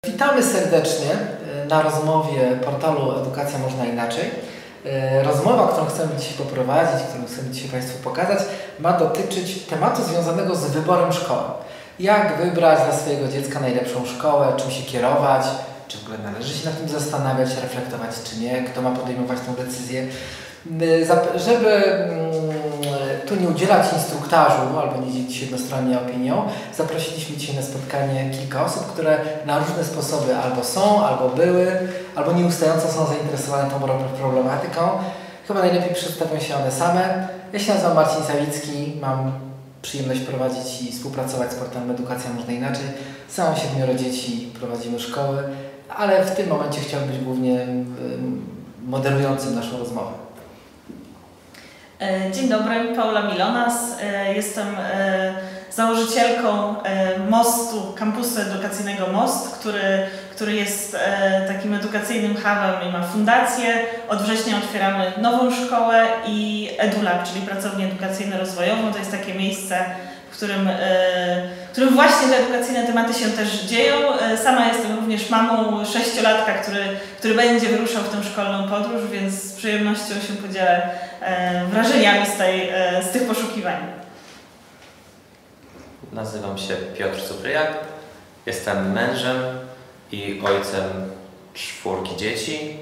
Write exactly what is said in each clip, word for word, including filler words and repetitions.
Witamy serdecznie na rozmowie portalu Edukacja Można Inaczej. Rozmowa, którą chcemy dzisiaj poprowadzić, którą chcemy dzisiaj Państwu pokazać, ma dotyczyć tematu związanego z wyborem szkoły. Jak wybrać dla swojego dziecka najlepszą szkołę, czym się kierować, czy w ogóle należy się nad tym zastanawiać, reflektować, czy nie, kto ma podejmować tę decyzję. Żeby tu nie udzielać instruktażu albo nie dzielić się jednostronnie opinią, zaprosiliśmy dzisiaj na spotkanie kilka osób, które na różne sposoby albo są, albo były, albo nieustająco są zainteresowane tą problematyką. Chyba najlepiej przedstawią się one same. Ja się nazywam Marcin Sawicki, mam przyjemność prowadzić i współpracować z portalem Edukacja Można Inaczej. Sam mam siedmioro dzieci, prowadzimy szkoły, ale w tym momencie chciałbym być głównie moderującym naszą rozmowę. Dzień dobry, Paula Milonas. Jestem założycielką Mostu, kampusu edukacyjnego Most, który, który jest takim edukacyjnym hubem i ma fundację. Od września otwieramy nową szkołę i EduLab, czyli pracownię edukacyjno-rozwojową. To jest takie miejsce, w którym, w którym właśnie te edukacyjne tematy się też dzieją. Sama jestem również mamą sześciolatka, który, który będzie wyruszał w tę szkolną podróż, więc z przyjemnością się podzielę wrażeniami z, tej, z tych poszukiwań. Nazywam się Piotr Cupryjak, jestem mężem i ojcem czwórki dzieci,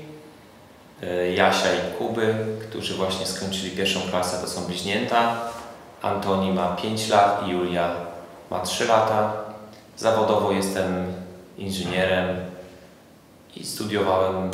Jasia i Kuby, którzy właśnie skończyli pierwszą klasę, to są bliźnięta. Antoni ma pięć lat i Julia ma trzy lata. Zawodowo jestem inżynierem i studiowałem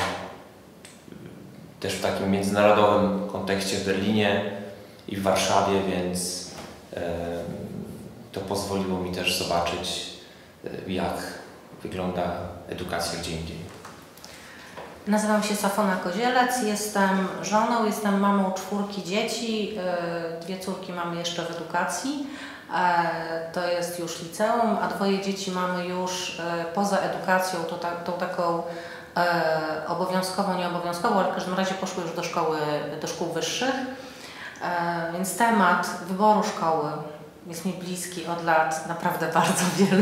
też w takim międzynarodowym kontekście w Berlinie i w Warszawie, więc e, to pozwoliło mi też zobaczyć, e, jak wygląda edukacja gdzie indziej. Nazywam się Safona Kozielec, jestem żoną, jestem mamą czwórki dzieci, dwie córki mamy jeszcze w edukacji, to jest już liceum, a dwoje dzieci mamy już poza edukacją, to ta, tą taką obowiązkową, nieobowiązkową, ale w każdym razie poszły już do szkoły, do szkół wyższych, więc temat wyboru szkoły jest mi bliski od lat naprawdę bardzo wielu.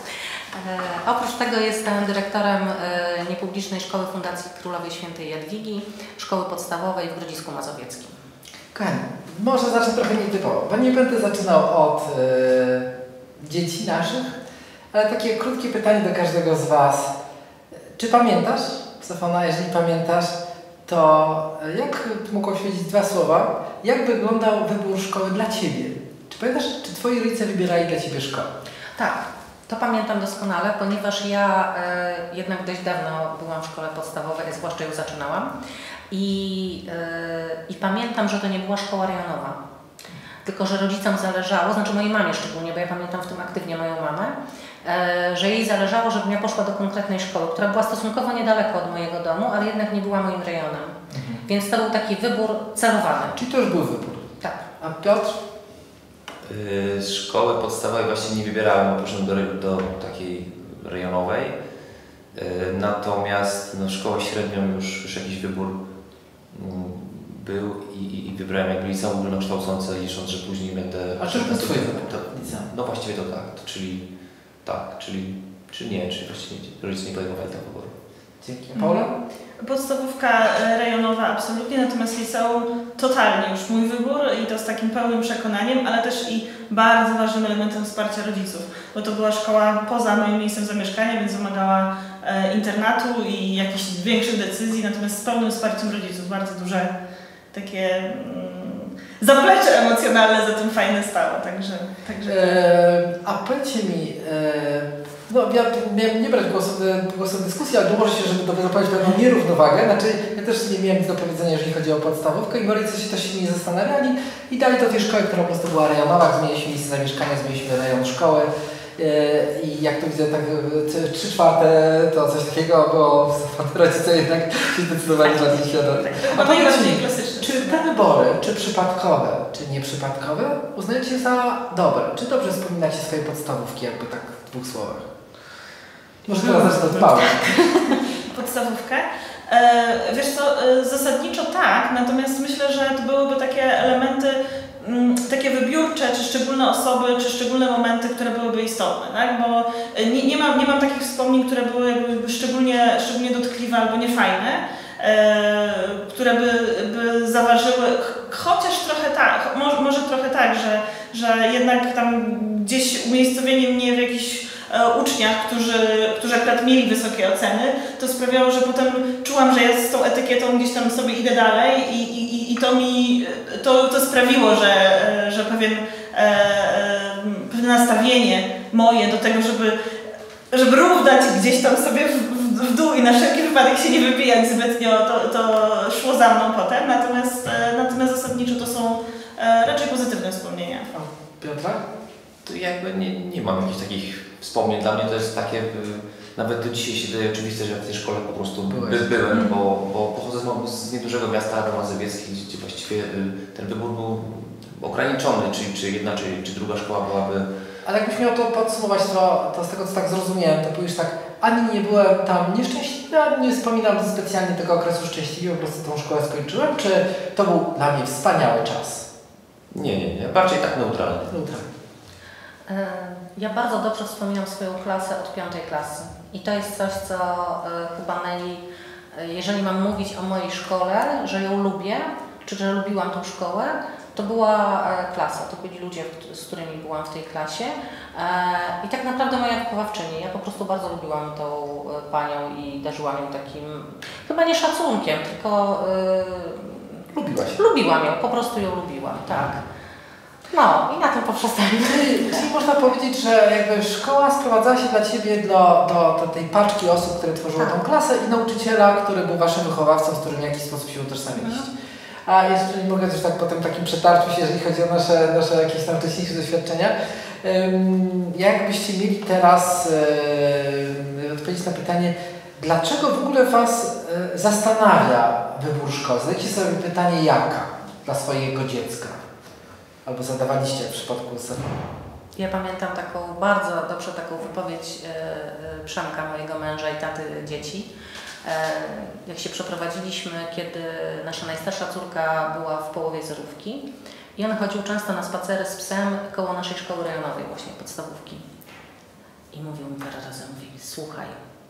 E, oprócz tego jestem dyrektorem e, niepublicznej szkoły Fundacji Królowej Świętej Jadwigi, szkoły podstawowej w Grodzisku Mazowieckim. Kochani, może zacznę trochę nietypowo, bo nie będę zaczynał od e, dzieci naszych, ale takie krótkie pytanie do każdego z Was. Czy pamiętasz, Safona, jeżeli pamiętasz, to jak mogłaś powiedzieć dwa słowa, jak wyglądał wybór szkoły dla Ciebie? Czy pamiętasz, czy Twoi rodzice wybierali dla Ciebie szkołę? Tak. To pamiętam doskonale, ponieważ ja e, jednak dość dawno byłam w szkole podstawowej, zwłaszcza ją zaczynałam i, e, i pamiętam, że to nie była szkoła rejonowa, tylko że rodzicom zależało, znaczy mojej mamie szczególnie, bo ja pamiętam w tym aktywnie moją mamę, e, że jej zależało, żebym ja poszła do konkretnej szkoły, która była stosunkowo niedaleko od mojego domu, ale jednak nie była moim rejonem. Mhm. Więc to był taki wybór celowany. Czyli to już był wybór? Tak. A Piotr? Yy, szkoły podstawowej właśnie nie wybierałem, bo poszedłem do, do takiej rejonowej. Yy, natomiast no, szkołę średnią już, już jakiś wybór mm, był i, i wybrałem jakby liceum ogólnokształcące, licząc, że później będę... A czy to Twój wybór? No właściwie to tak, to czyli tak, czyli czy nie, czy właściwie rodzice nie podejmowali tego wyboru. Dzięki. Paula? Podstawówka rejonowa absolutnie, natomiast liceum totalnie już mój wybór i to z takim pełnym przekonaniem, ale też i bardzo ważnym elementem wsparcia rodziców, bo to była szkoła poza moim miejscem zamieszkania, więc wymagała e, internatu i jakichś większych decyzji, natomiast z pełnym wsparciem rodziców, bardzo duże takie mm, zaplecze emocjonalne za tym fajne stało, także... także... E, a powiedzcie mi, e, no ja miałem nie brać głosu, głosu w dyskusji, ale dłużej się, żeby doprowadzić pewną nierównowagę. Znaczy, ja też nie miałem nic do powiedzenia, jeżeli chodzi o podstawówkę i moi rodzice się też się nie zastanawiali i dali do tej szkoły, która po prostu była rejonowa, zmieniliśmy miejsce zamieszkania, zmieniliśmy rejon szkoły i jak tu widzę, tak trzy czwarte to coś takiego, bo rodzice jednak się zdecydowali dla tej świadomości. A powiedzcie mi, czy te wybory, czy przypadkowe, czy nieprzypadkowe uznajecie za dobre? Czy dobrze wspominacie swoje podstawówki, jakby tak w dwóch słowach? Może teraz zacznę od Pauli. Podstawówkę? E, wiesz co, e, zasadniczo tak, natomiast myślę, że to byłyby takie elementy mm, takie wybiórcze, czy szczególne osoby, czy szczególne momenty, które byłyby istotne, tak? Bo nie, nie, mam, nie mam takich wspomnień, które były szczególnie, szczególnie dotkliwe albo niefajne, e, które by, by zaważyły, chociaż trochę tak, może, może trochę tak, że, że jednak tam gdzieś umiejscowienie mnie w jakichś uczniach, którzy, którzy akurat mieli wysokie oceny, to sprawiało, że potem czułam, że ja z tą etykietą gdzieś tam sobie idę dalej i, i, i to mi to, to sprawiło, że, że pewien, e, pewne nastawienie moje do tego, żeby, żeby równać gdzieś tam sobie w, w dół i na wszelki wypadek się nie wybijać zbytnio, to, to szło za mną potem, natomiast, natomiast zasadniczo to są raczej pozytywne wspomnienia. Piotra? To jakby nie, nie mam jakichś takich wspomnień. Dla mnie to jest takie, nawet do dzisiaj się wydaje oczywiste, że ja w tej szkole po prostu by, byłem, mm. bo, bo pochodzę z, z niedużego miasta Mazowieckiej, gdzie właściwie ten wybór był ograniczony, czy, czy jedna, czy, czy druga szkoła byłaby... Ale jakbyś miał to podsumować, to, to z tego co tak zrozumiałem, to powiesz tak, ani nie byłem tam nieszczęśliwy, ani nie wspominam specjalnie tego okresu szczęśliwie, po prostu tą szkołę skończyłem, czy to był dla mnie wspaniały czas? Nie, nie, nie, bardziej tak neutralny. Neutralny. Ja bardzo dobrze wspominam swoją klasę od piątej klasy i to jest coś, co chyba naj... Jeżeli mam mówić o mojej szkole, że ją lubię, czy że lubiłam tą szkołę, to była klasa, to byli ludzie, z którymi byłam w tej klasie i tak naprawdę moja wychowawczyni. Ja po prostu bardzo lubiłam tą panią i darzyłam ją takim, chyba nie szacunkiem, tylko lubiłaś. Lubiłam ją, po prostu ją lubiłam, tak. No i na tym poprzestaniu. Czyli, czyli można powiedzieć, że jakby szkoła sprowadzała się dla Ciebie do, do, do tej paczki osób, które tworzyły tą klasę i nauczyciela, który był Waszym wychowawcą, z którym w jakiś sposób się utożsamiliście. A jeszcze nie mogę też tak po tym takim przetarciu się, jeżeli chodzi o nasze, nasze jakieś tam wcześniejsze doświadczenia. Um, jakbyście mieli teraz um, odpowiedzieć na pytanie, dlaczego w ogóle Was um, zastanawia wybór szkoły? Zadajcie sobie pytanie, jaka dla swojego dziecka? Albo zadawaliście w przypadku Safony. Ja pamiętam taką bardzo dobrze taką wypowiedź e, Przemka, mojego męża i taty dzieci. E, jak się przeprowadziliśmy, kiedy nasza najstarsza córka była w połowie zerówki i on chodził często na spacery z psem koło naszej szkoły rejonowej, właśnie podstawówki. I mówił mi parę razy, mówi, słuchaj,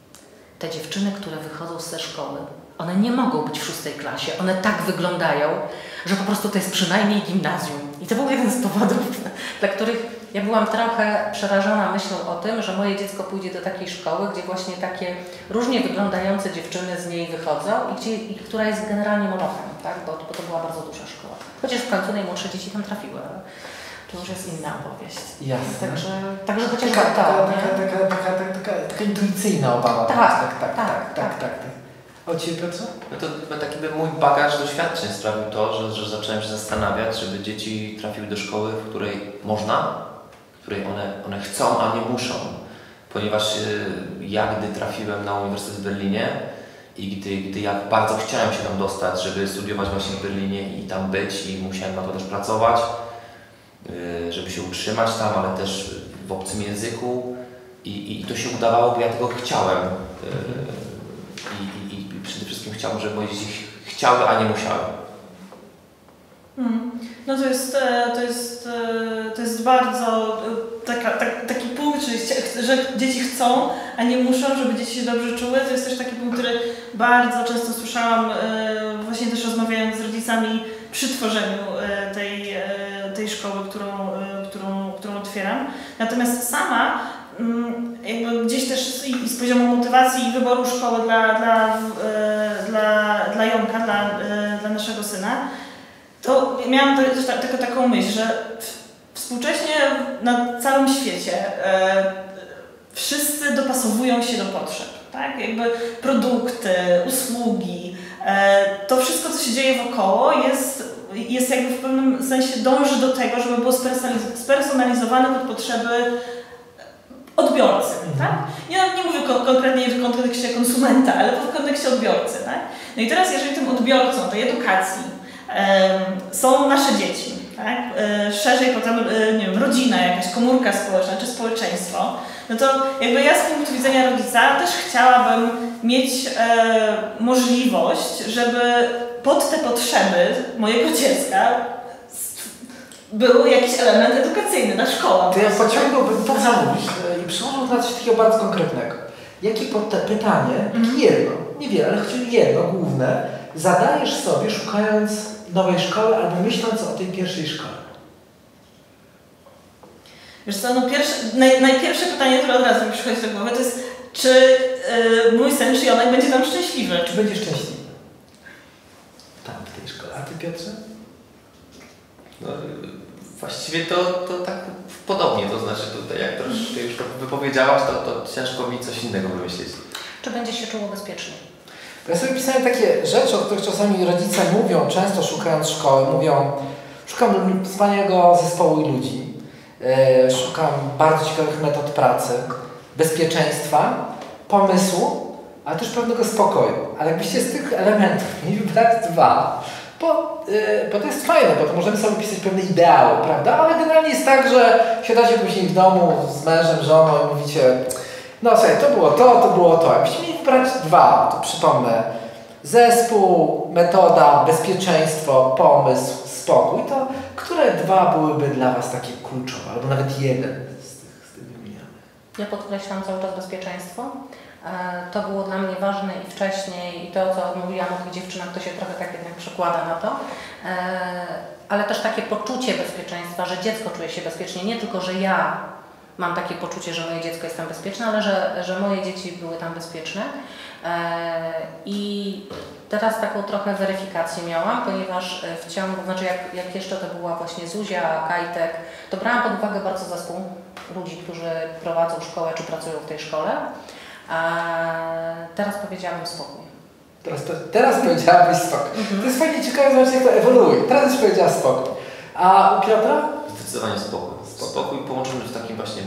te dziewczyny, które wychodzą z tej szkoły, one nie mogą być w szóstej klasie, one tak wyglądają, że po prostu to jest przynajmniej gimnazjum. I to był jeden z powodów, dla których ja byłam trochę przerażona myślą o tym, że moje dziecko pójdzie do takiej szkoły, gdzie właśnie takie różnie wyglądające dziewczyny z niej wychodzą i, gdzie, i która jest generalnie molochem, tak? bo, bo to była bardzo duża szkoła. Chociaż w końcu najmłodsze dzieci tam trafiły, ale to już jest inna opowieść. Jasne. Także, także chociaż taka, to, taka, nie? taka, taka, taka, taka, taka, taka intuicyjna obawa. Tak, tak, tak, tak, tak, tak, tak, tak. O Ciebie, Piotrze? No to chyba taki mój bagaż doświadczeń sprawił to, że, że zacząłem się zastanawiać, żeby dzieci trafiły do szkoły, w której można, w której one, one chcą, a nie muszą. Ponieważ ja, gdy trafiłem na Uniwersytet w Berlinie i gdy, gdy ja bardzo chciałem się tam dostać, żeby studiować właśnie w Berlinie i tam być i musiałem na to też pracować, żeby się utrzymać tam, ale też w obcym języku i, i to się udawało, bo ja tego chciałem. I, i, i przede wszystkim chciałbym, żeby moje dzieci chciały, a nie musiały. Hmm. No to jest, to jest, to jest bardzo taka, tak, taki punkt, że, że dzieci chcą, a nie muszą, żeby dzieci się dobrze czuły. To jest też taki punkt, który bardzo często słyszałam, właśnie też rozmawiając z rodzicami przy tworzeniu tej, tej szkoły, którą, którą, którą otwieram. Natomiast sama jakby gdzieś też i z poziomu motywacji i wyboru szkoły dla, dla, dla, dla Jonka, dla, dla naszego syna, to miałam też taką, taką myśl, że współcześnie na całym świecie e, wszyscy dopasowują się do potrzeb, tak? Jakby produkty, usługi, e, to wszystko, co się dzieje wokoło jest, jest jakby w pewnym sensie dąży do tego, żeby było spersonalizowane pod potrzeby odbiorcy, tak? Ja nie mówię ko konkretnie w kontekście konsumenta, ale w kontekście odbiorcy, tak? No i teraz, jeżeli tym odbiorcą tej edukacji e, są nasze dzieci, tak? E, szerzej potem, e, nie wiem, rodzina, jakaś komórka społeczna czy społeczeństwo, no to jakby ja z punktu widzenia rodzica też chciałabym mieć e, możliwość, żeby pod te potrzeby mojego dziecka był jakiś element edukacyjny, ta szkoła. To ja pociągnąłbym to, co mówisz i przyłożył na coś takiego bardzo konkretnego. Jakie pytanie, mm. jedno, niewiele, ale choć jedno, główne, zadajesz sobie szukając nowej szkoły albo myśląc o tej pierwszej szkole? Wiesz co, no pierwsze, naj, najpierwsze pytanie, które od razu mi przychodzi do głowy, to jest, czy yy, mój syn, czy Jonek będzie tam szczęśliwy? Czy będzie szczęśliwy? Tam, w tej szkole. A ty, Piotrze? No, właściwie to, to tak podobnie, to znaczy tutaj jak troszkę już wypowiedziałaś, to, to ciężko mi coś innego wymyślić. Czy będzie się czuło bezpiecznie? Ja sobie pisałem takie rzeczy, o których czasami rodzice mówią, często szukając szkoły, mówią, szukam wspaniałego zespołu i ludzi, yy, szukam bardzo ciekawych metod pracy, bezpieczeństwa, pomysłu, ale też pewnego spokoju. Ale jakbyście z tych elementów mieli wybrać dwa, bo, yy, bo to jest fajne, bo to możemy sobie pisać pewne ideały, prawda? Ale generalnie jest tak, że siadacie później w domu z mężem, żoną i mówicie, no słuchaj, to było to, to było to. Jakbyście mieli wybrać dwa, to przypomnę, zespół, metoda, bezpieczeństwo, pomysł, spokój, to które dwa byłyby dla Was takie kluczowe, albo nawet jeden z tych, z tych wymienianych? Ja podkreślam cały czas bezpieczeństwo. To było dla mnie ważne i wcześniej, i to, co mówiłam o tych dziewczynach, to się trochę tak jednak przekłada na to, ale też takie poczucie bezpieczeństwa, że dziecko czuje się bezpiecznie, nie tylko, że ja mam takie poczucie, że moje dziecko jest tam bezpieczne, ale że, że moje dzieci były tam bezpieczne. I teraz taką trochę weryfikację miałam, ponieważ w ciągu, znaczy jak, jak jeszcze to była właśnie Zuzia, Kajtek, to brałam pod uwagę bardzo zespół ludzi, którzy prowadzą szkołę czy pracują w tej szkole. A teraz powiedziałam spokój. Teraz, to, teraz powiedziałabyś spokój. Mm-hmm. To jest fajnie ciekawe, zobaczcie jak to ewoluuje. Teraz już powiedziała spokój. A u Piotra? Zdecydowanie spokój. Spokój połączony z takim właśnie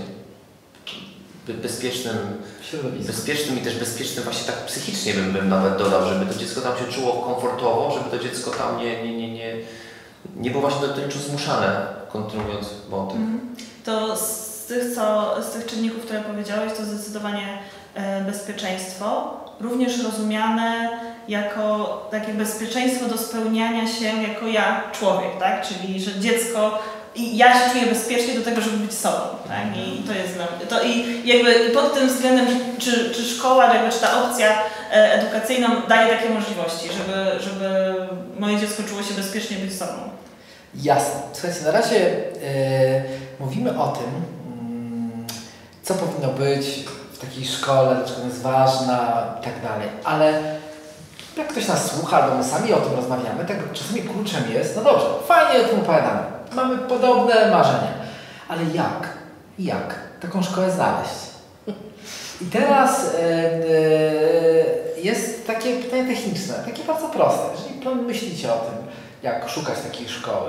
bezpiecznym środowiskiem. Bezpiecznym i też bezpiecznym właśnie tak psychicznie bym, bym nawet dodał, żeby to dziecko tam się czuło komfortowo, żeby to dziecko tam nie, nie, nie, nie, nie było właśnie do niczego zmuszane, kontynuując wątek. Mm-hmm. To z tych, co, z tych czynników, które powiedziałeś, to zdecydowanie e, bezpieczeństwo, również rozumiane jako takie bezpieczeństwo do spełniania się jako ja, człowiek, tak? Czyli że dziecko i ja się czuję bezpiecznie do tego, żeby być sobą, tak? I to jest dla mnie. To i jakby pod tym względem, czy, czy szkoła, jakby, czy ta opcja e, edukacyjna daje takie możliwości, żeby, żeby moje dziecko czuło się bezpiecznie być sobą. Jasne. Słuchajcie, na razie yy, mówimy o tym, yy, co powinno być w takiej szkole, dlaczego ona jest ważna i tak dalej, ale jak ktoś nas słucha, albo my sami o tym rozmawiamy, tak czasami kluczem jest, no dobrze, fajnie o tym opowiadamy, mamy podobne marzenia, ale jak? Jak taką szkołę znaleźć? I teraz yy, yy, jest takie pytanie techniczne, takie bardzo proste. Jeżeli myślicie o tym, jak szukać takiej szkoły,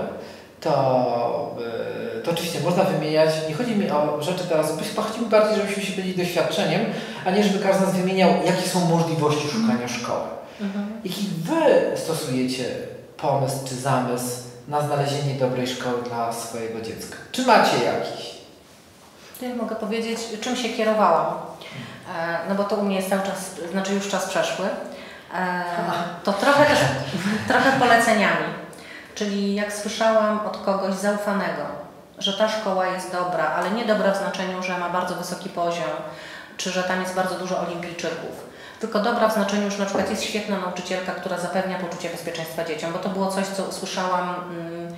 to, yy, to oczywiście można wymieniać, nie chodzi mi o rzeczy teraz, chodzi mi bardziej, żebyśmy się byli doświadczeniem, a nie żeby każdy z nas wymieniał, jakie są możliwości szukania szkoły. Mhm. Jaki Wy stosujecie pomysł czy zamysł na znalezienie dobrej szkoły dla swojego dziecka? Czy macie jakiś? Ja mogę powiedzieć, czym się kierowałam. E, no bo to u mnie jest cały czas, znaczy już czas przeszły. E, to trochę też, trochę poleceniami. Czyli jak słyszałam od kogoś zaufanego, że ta szkoła jest dobra, ale nie dobra w znaczeniu, że ma bardzo wysoki poziom, czy że tam jest bardzo dużo olimpijczyków. Tylko dobra w znaczeniu, że na przykład jest świetna nauczycielka, która zapewnia poczucie bezpieczeństwa dzieciom, bo to było coś, co usłyszałam mm,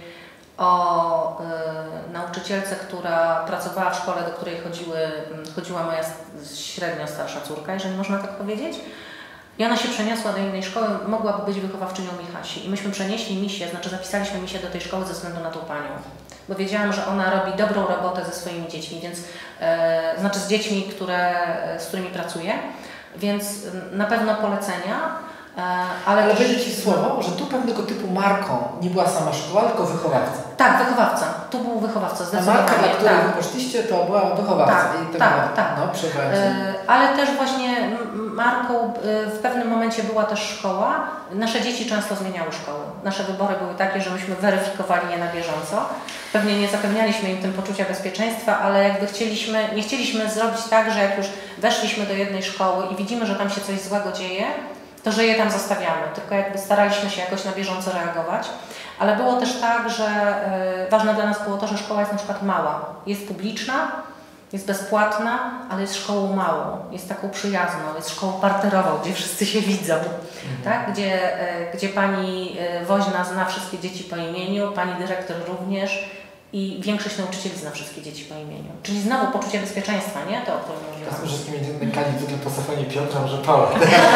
o y, nauczycielce, która pracowała w szkole, do której chodziły, chodziła moja średnio starsza córka, jeżeli można tak powiedzieć. I ona się przeniosła do innej szkoły, mogłaby być wychowawczynią Michasi. I myśmy przenieśli Misię, znaczy zapisaliśmy Misię do tej szkoły ze względu na tą panią. Bo wiedziałam, że ona robi dobrą robotę ze swoimi dziećmi, więc, y, znaczy z dziećmi, które, z którymi pracuje. Więc na pewno polecenia, ale... Ale będzie Ci słowo, że tu pewnego typu marką nie była sama szkoła, tylko wychowawca. Tak, wychowawca. Tu był wychowawca, zdecydowanie. A marka, dla której tak. Wy poszliście, to była wychowawca. Tak, I tak, była, tak. No, ale też właśnie marką w pewnym momencie była też szkoła. Nasze dzieci często zmieniały szkoły. Nasze wybory były takie, że myśmy weryfikowali je na bieżąco. Pewnie nie zapewnialiśmy im tym poczucia bezpieczeństwa, ale jakby chcieliśmy, nie chcieliśmy zrobić tak, że jak już weszliśmy do jednej szkoły i widzimy, że tam się coś złego dzieje, to że je tam zostawiamy, tylko jakby staraliśmy się jakoś na bieżąco reagować. Ale było też tak, że y, ważne dla nas było to, że szkoła jest na przykład mała, jest publiczna, jest bezpłatna, ale jest szkołą małą, jest taką przyjazną, jest szkołą parterową, gdzie wszyscy się widzą, mhm. tak? gdzie, y, gdzie pani woźna zna wszystkie dzieci po imieniu, pani dyrektor również i większość nauczycieli zna wszystkie dzieci po imieniu. Czyli znowu poczucie bezpieczeństwa, nie? To o którym mówiłam. Ja wszystkim nękali tyle po Sofonie Piotra, że Paula.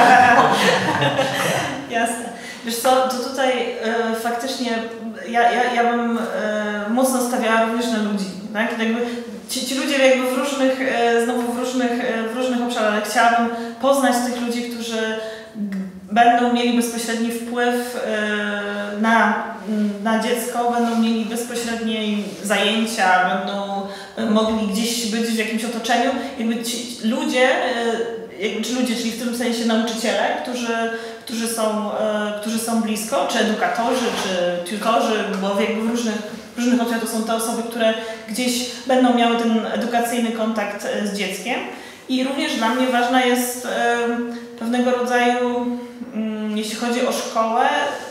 Jasne. Wiesz co, to tutaj e, faktycznie ja, ja, ja bym e, mocno stawiała również na ludzi, tak? Jakby ci, ci ludzie jakby w różnych, e, znowu w różnych, e, w różnych obszarach, ale chciałabym poznać tych ludzi, którzy będą mieli bezpośredni wpływ e, na, na dziecko, będą mieli bezpośrednie zajęcia, będą mogli gdzieś być w jakimś otoczeniu. Jakby ci ludzie, e, czy ludzie, czyli w tym sensie nauczyciele, którzy Którzy są, e, którzy są blisko, czy edukatorzy, czy tutorzy, bo jakby w różnych, w różnych obszarach to są te osoby, które gdzieś będą miały ten edukacyjny kontakt z dzieckiem. I również dla mnie ważna jest e, pewnego rodzaju, mm, jeśli chodzi o szkołę,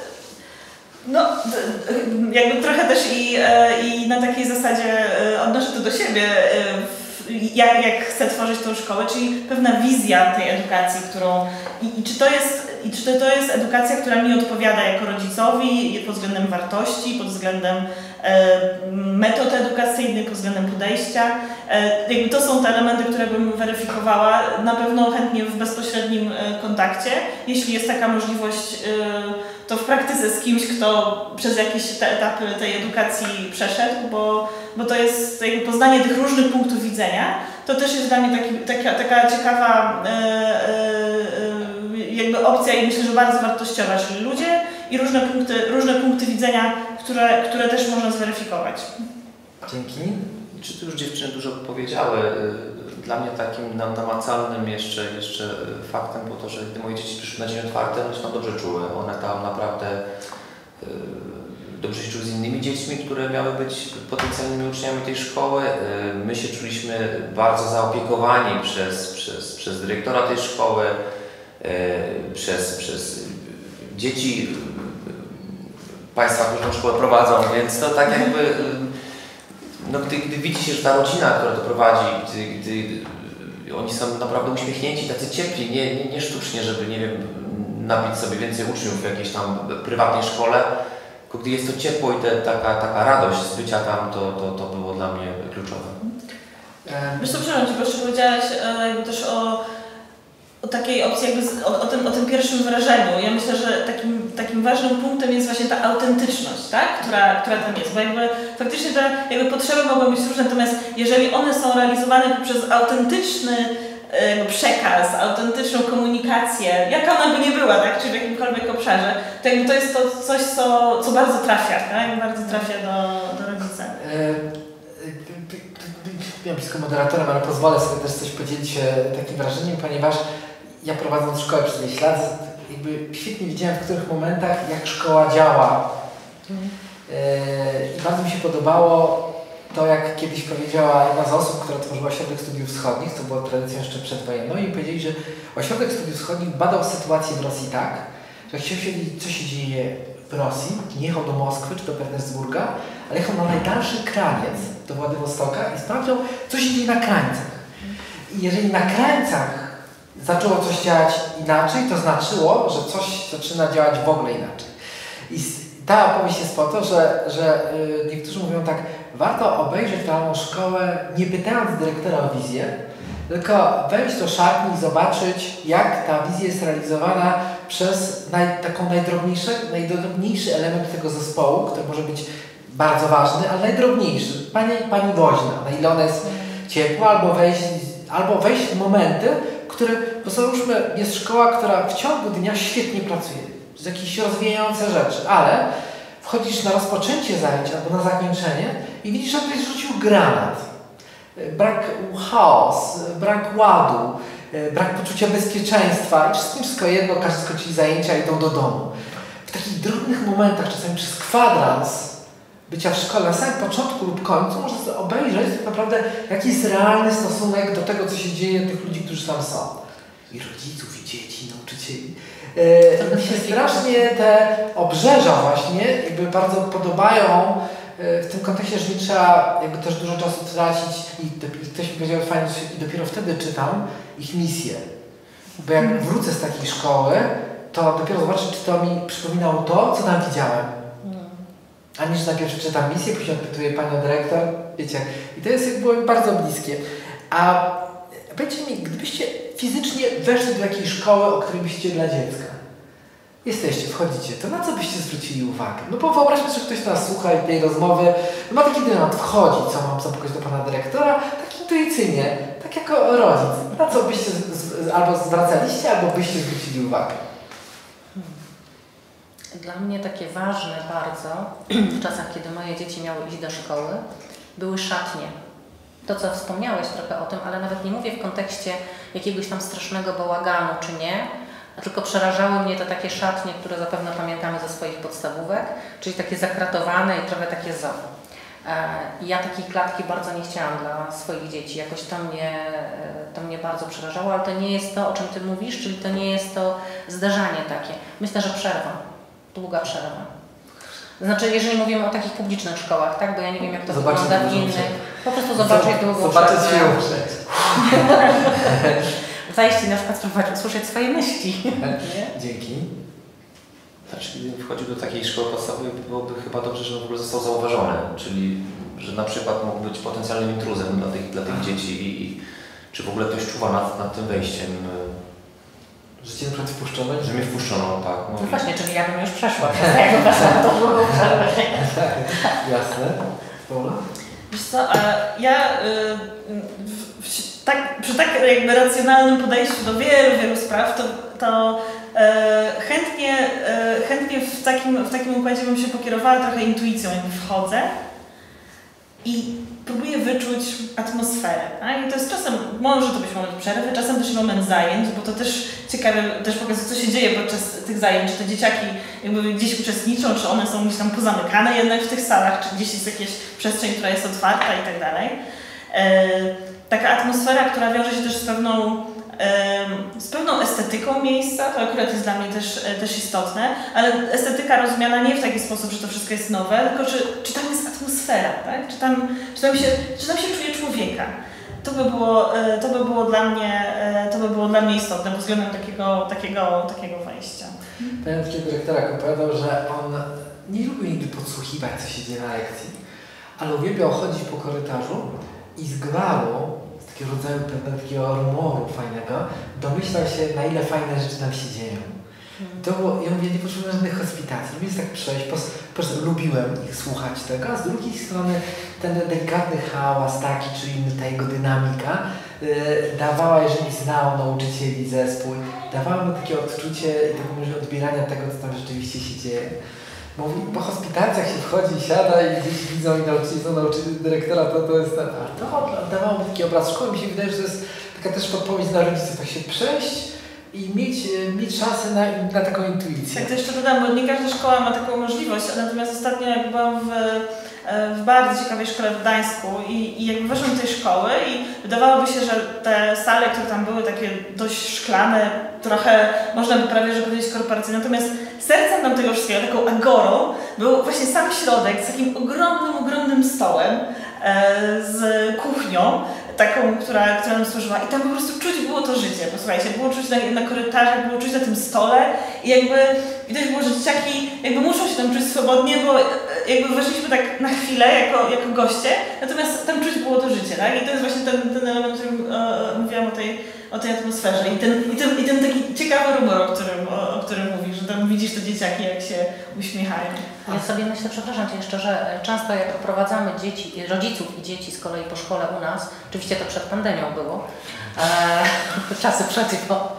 no jakby trochę też i, e, i na takiej zasadzie e, odnoszę to do siebie, e, Jak, jak chcę tworzyć tą szkołę, czyli pewna wizja tej edukacji, którą i, i czy to jest i czy to, to jest edukacja, która mi odpowiada jako rodzicowi pod względem wartości, pod względem e, metod edukacyjnych, pod względem podejścia. E, jakby to są te elementy, które bym weryfikowała, na pewno chętnie w bezpośrednim e, kontakcie. Jeśli jest taka możliwość, e, to w praktyce z kimś, kto przez jakieś te etapy tej edukacji przeszedł, bo, bo to jest jakby poznanie tych różnych punktów widzenia. To też jest dla mnie taki, taka, taka ciekawa e, e, jakby opcja i myślę, że bardzo wartościowa, czyli ludzie i różne punkty, różne punkty widzenia, które, które też można zweryfikować. Dzięki. Czy tu już dziewczyny dużo powiedziały? Dla mnie takim namacalnym jeszcze, jeszcze faktem było to, że gdy moje dzieci przyszły na dzień otwarty, one się tam dobrze czuły. One tam naprawdę dobrze się czuły z innymi dziećmi, które miały być potencjalnymi uczniami tej szkoły. My się czuliśmy bardzo zaopiekowani przez, przez, przez dyrektora tej szkoły, przez, przez dzieci Państwa, którzy tę szkołę prowadzą, więc to tak jakby, no gdy, gdy widzi się, że ta rodzina, która to prowadzi, gdy, gdy oni są naprawdę uśmiechnięci, tacy ciepli, nie, nie, nie sztucznie, żeby, nie wiem, nabić sobie więcej uczniów w jakiejś tam prywatnej szkole, tylko gdy jest to ciepło i te, taka, taka radość z bycia tam, to, to, to było dla mnie kluczowe. Wiesz co, przepraszam Cię, bo jeszcze powiedziałaś jakby też o o takiej opcji, jakby z, o, o, tym, o tym pierwszym wrażeniu. Ja myślę, że takim, takim ważnym punktem jest właśnie ta autentyczność, tak? która, która tam jest, bo jakby faktycznie te jakby potrzeby mogą być różne, natomiast jeżeli one są realizowane poprzez autentyczny y, przekaz, autentyczną komunikację, jaka ona by nie była, tak? Czy w jakimkolwiek obszarze, to jakby to jest to coś, co, co bardzo trafia, tak? Bardzo trafia do, do rodzica. Ja blisko moderatorem, ale pozwolę sobie też coś podzielić się takim wrażeniem, ponieważ ja prowadząc szkołę przez ileś lat, jakby świetnie widziałem, w których momentach jak szkoła działa. Mhm. I bardzo mi się podobało to, jak kiedyś powiedziała jedna z osób, która tworzyła Ośrodek Studiów Wschodnich, to była tradycją jeszcze przedwojenną, i powiedzieli, że Ośrodek Studiów Wschodnich badał sytuację w Rosji tak, że chciał się wiedzieć, co się dzieje w Rosji, nie jechał do Moskwy czy do Petersburga, ale jechał na najdalszy kraniec do Władywostoka i sprawdzał, co się dzieje na krańcach. I jeżeli na krańcach zaczęło coś działać inaczej, to znaczyło, że coś zaczyna działać w ogóle inaczej. I ta opowieść jest po to, że, że yy, niektórzy mówią tak, warto obejrzeć daną szkołę, nie pytając dyrektora o wizję, tylko wejść do szatni i zobaczyć, jak ta wizja jest realizowana przez naj, taką najdrobniejszy, najdrobniejszy element tego zespołu, który może być bardzo ważny, ale najdrobniejszy. Pani, pani woźna, na ile ona jest ciepła, albo wejść, albo wejść w momenty, które, bo załóżmy, jest szkoła, która w ciągu dnia świetnie pracuje, z jakieś rozwijające rzeczy, ale wchodzisz na rozpoczęcie zajęcia albo na zakończenie i widzisz, że ktoś rzucił granat. Brak chaos, brak ładu, brak poczucia bezpieczeństwa i wszystkim wszystko jedno, każdy skończyli zajęcia i idą do domu. W takich drobnych momentach, czasami przez kwadrans bycia w szkole, na samym początku lub końcu, można sobie obejrzeć tak naprawdę, jaki jest realny stosunek do tego, co się dzieje, tych ludzi, którzy tam są. I rodziców, i dzieci, i nauczycieli. Yy, mi się strasznie te obrzeża właśnie jakby bardzo podobają yy, w tym kontekście, że nie trzeba jakby też dużo czasu tracić i, i ktoś mi powiedział fajnie, że i dopiero wtedy czytam ich misję. Bo jak wrócę z takiej szkoły, to dopiero zobaczę, czy to mi przypominało to, co tam widziałem. A niż najpierw przeczytam misję, później odpytuję panią dyrektor, wiecie. I to jest jakby bardzo bliskie. A powiedzcie mi, gdybyście fizycznie weszli do jakiejś szkoły, o której byście dla dziecka, jesteście, wchodzicie, to na co byście zwrócili uwagę? No bo wyobraźmy, że ktoś nas słucha i tej rozmowy, no ma taki dylemat, wchodzi, co mam zapukać do pana dyrektora, tak intuicyjnie, tak jako rodzic. Na co byście z, z, albo zwracaliście, albo byście zwrócili uwagę? Dla mnie takie ważne bardzo, w czasach, kiedy moje dzieci miały iść do szkoły, były szatnie. To, co wspomniałeś trochę o tym, ale nawet nie mówię w kontekście jakiegoś tam strasznego bałaganu, czy nie, tylko przerażały mnie te takie szatnie, które zapewne pamiętamy ze swoich podstawówek, czyli takie zakratowane i trochę takie zoo. I ja takiej klatki bardzo nie chciałam dla swoich dzieci. Jakoś to mnie, to mnie bardzo przerażało, ale to nie jest to, o czym Ty mówisz, czyli to nie jest to zdarzanie takie. Myślę, że przerwa. Długa przerwa. Znaczy, jeżeli mówimy o takich publicznych szkołach, tak? Bo ja nie wiem, jak to zobaczyć wygląda w innych. Po prostu zobaczyć długą Zobaczyć przerwę. się uprzeć. Zajść i na przykład spróbować usłyszeć swoje myśli. Dzięki. Znaczy, gdybym wchodził do takiej szkoły podstawowej, byłoby chyba dobrze, żeby w ogóle został zauważony. Czyli, że na przykład mógł być potencjalnym intruzem dla tych, dla tych dzieci i, i czy w ogóle ktoś czuwa nad, nad tym wejściem. Że Cię na przykład wpuszczono? Że mnie wpuszczono, tak. No, no właśnie, czyli ja bym już przeszła. Jak was na to było przerwę. Jasne. Paula? Wiesz co, a ja y, w, w, tak, przy tak jakby racjonalnym podejściu do wielu, wielu spraw, to, to y, chętnie, y, chętnie w takim, w takim układzie bym się pokierowała trochę intuicją, jakby wchodzę i próbuję wyczuć atmosferę. Tak? I to jest czasem, może to być moment przerwy, czasem też moment zajęć, bo to też ciekawe też pokazuje, co się dzieje podczas tych zajęć, czy te dzieciaki jakby gdzieś uczestniczą, czy one są gdzieś tam pozamykane jednak w tych salach, czy gdzieś jest jakaś przestrzeń, która jest otwarta i tak dalej. Taka atmosfera, która wiąże się też z pewną, z pewną estetyką miejsca, to akurat jest dla mnie też, też istotne, ale estetyka rozumiana nie w taki sposób, że to wszystko jest nowe, tylko czy, czy tam jest atmosfera, tak? czy, tam, czy, tam się, czy tam się czuje człowieka. To by było, to by było dla mnie, to by było dla mnie istotne pod względem takiego, takiego, takiego wejścia. Pamiętam takiego dyrektora, który opowiadał, że on nie lubił nigdy podsłuchiwać, co się dzieje na lekcji, ale uwielbiał chodzić po korytarzu i z gwaru, z takiego rodzaju pewnego takiego rumoru fajnego, domyślał się, na ile fajne rzeczy tam się dzieją. I to było, ja mówię, nie potrzebuję żadnych hospitacji, lubię tak przejść, po, po prostu lubiłem ich słuchać tego, a z drugiej strony ten delikatny hałas taki, czy inny, ta jego dynamika yy, dawała, jeżeli znał nauczycieli zespół, dawała mu takie odczucie i taką możliwość odbierania tego, co tam rzeczywiście się dzieje. Mówi, po hospitacjach się wchodzi, siada i gdzieś widzą i nauczycieli, są nauczycieli dyrektora, to, to jest ten, a to dawało mu taki obraz szkoły. Mi się wydaje, że to jest taka też podpowiedź dla rodziców, tak się przejść i mieć, mieć szansę na, na taką intuicję. Tak, to jeszcze dodam, bo nie każda szkoła ma taką możliwość, natomiast ostatnio jak byłam w, w bardzo ciekawej szkole w Gdańsku i, i jakby weszłam do tej szkoły i wydawałoby się, że te sale, które tam były takie dość szklane, trochę można by prawie że powiedzieć korporacyjne, natomiast sercem tam tego wszystkiego, taką agorą, był właśnie sam środek z takim ogromnym, ogromnym stołem e, z kuchnią, taką, która, która nam służyła i tam po prostu czuć było to życie, posłuchajcie, było czuć na, na korytarzach, było czuć na tym stole i jakby widać było, że dzieciaki jakby muszą się tam czuć swobodnie, bo jakby weszliśmy tak na chwilę jako, jako goście, natomiast tam czuć było to życie, tak? I to jest właśnie ten, ten element, o którym e, mówiłam o tej, o tej atmosferze i ten, i, ten, i ten taki ciekawy rumor, o którym, o, o którym mówisz, że tam widzisz te dzieciaki, jak się uśmiechają. Ja sobie myślę, przepraszam Cię jeszcze, że często jak oprowadzamy dzieci, rodziców i dzieci z kolei po szkole u nas, oczywiście to przed pandemią było, e, czasy przed i po, e,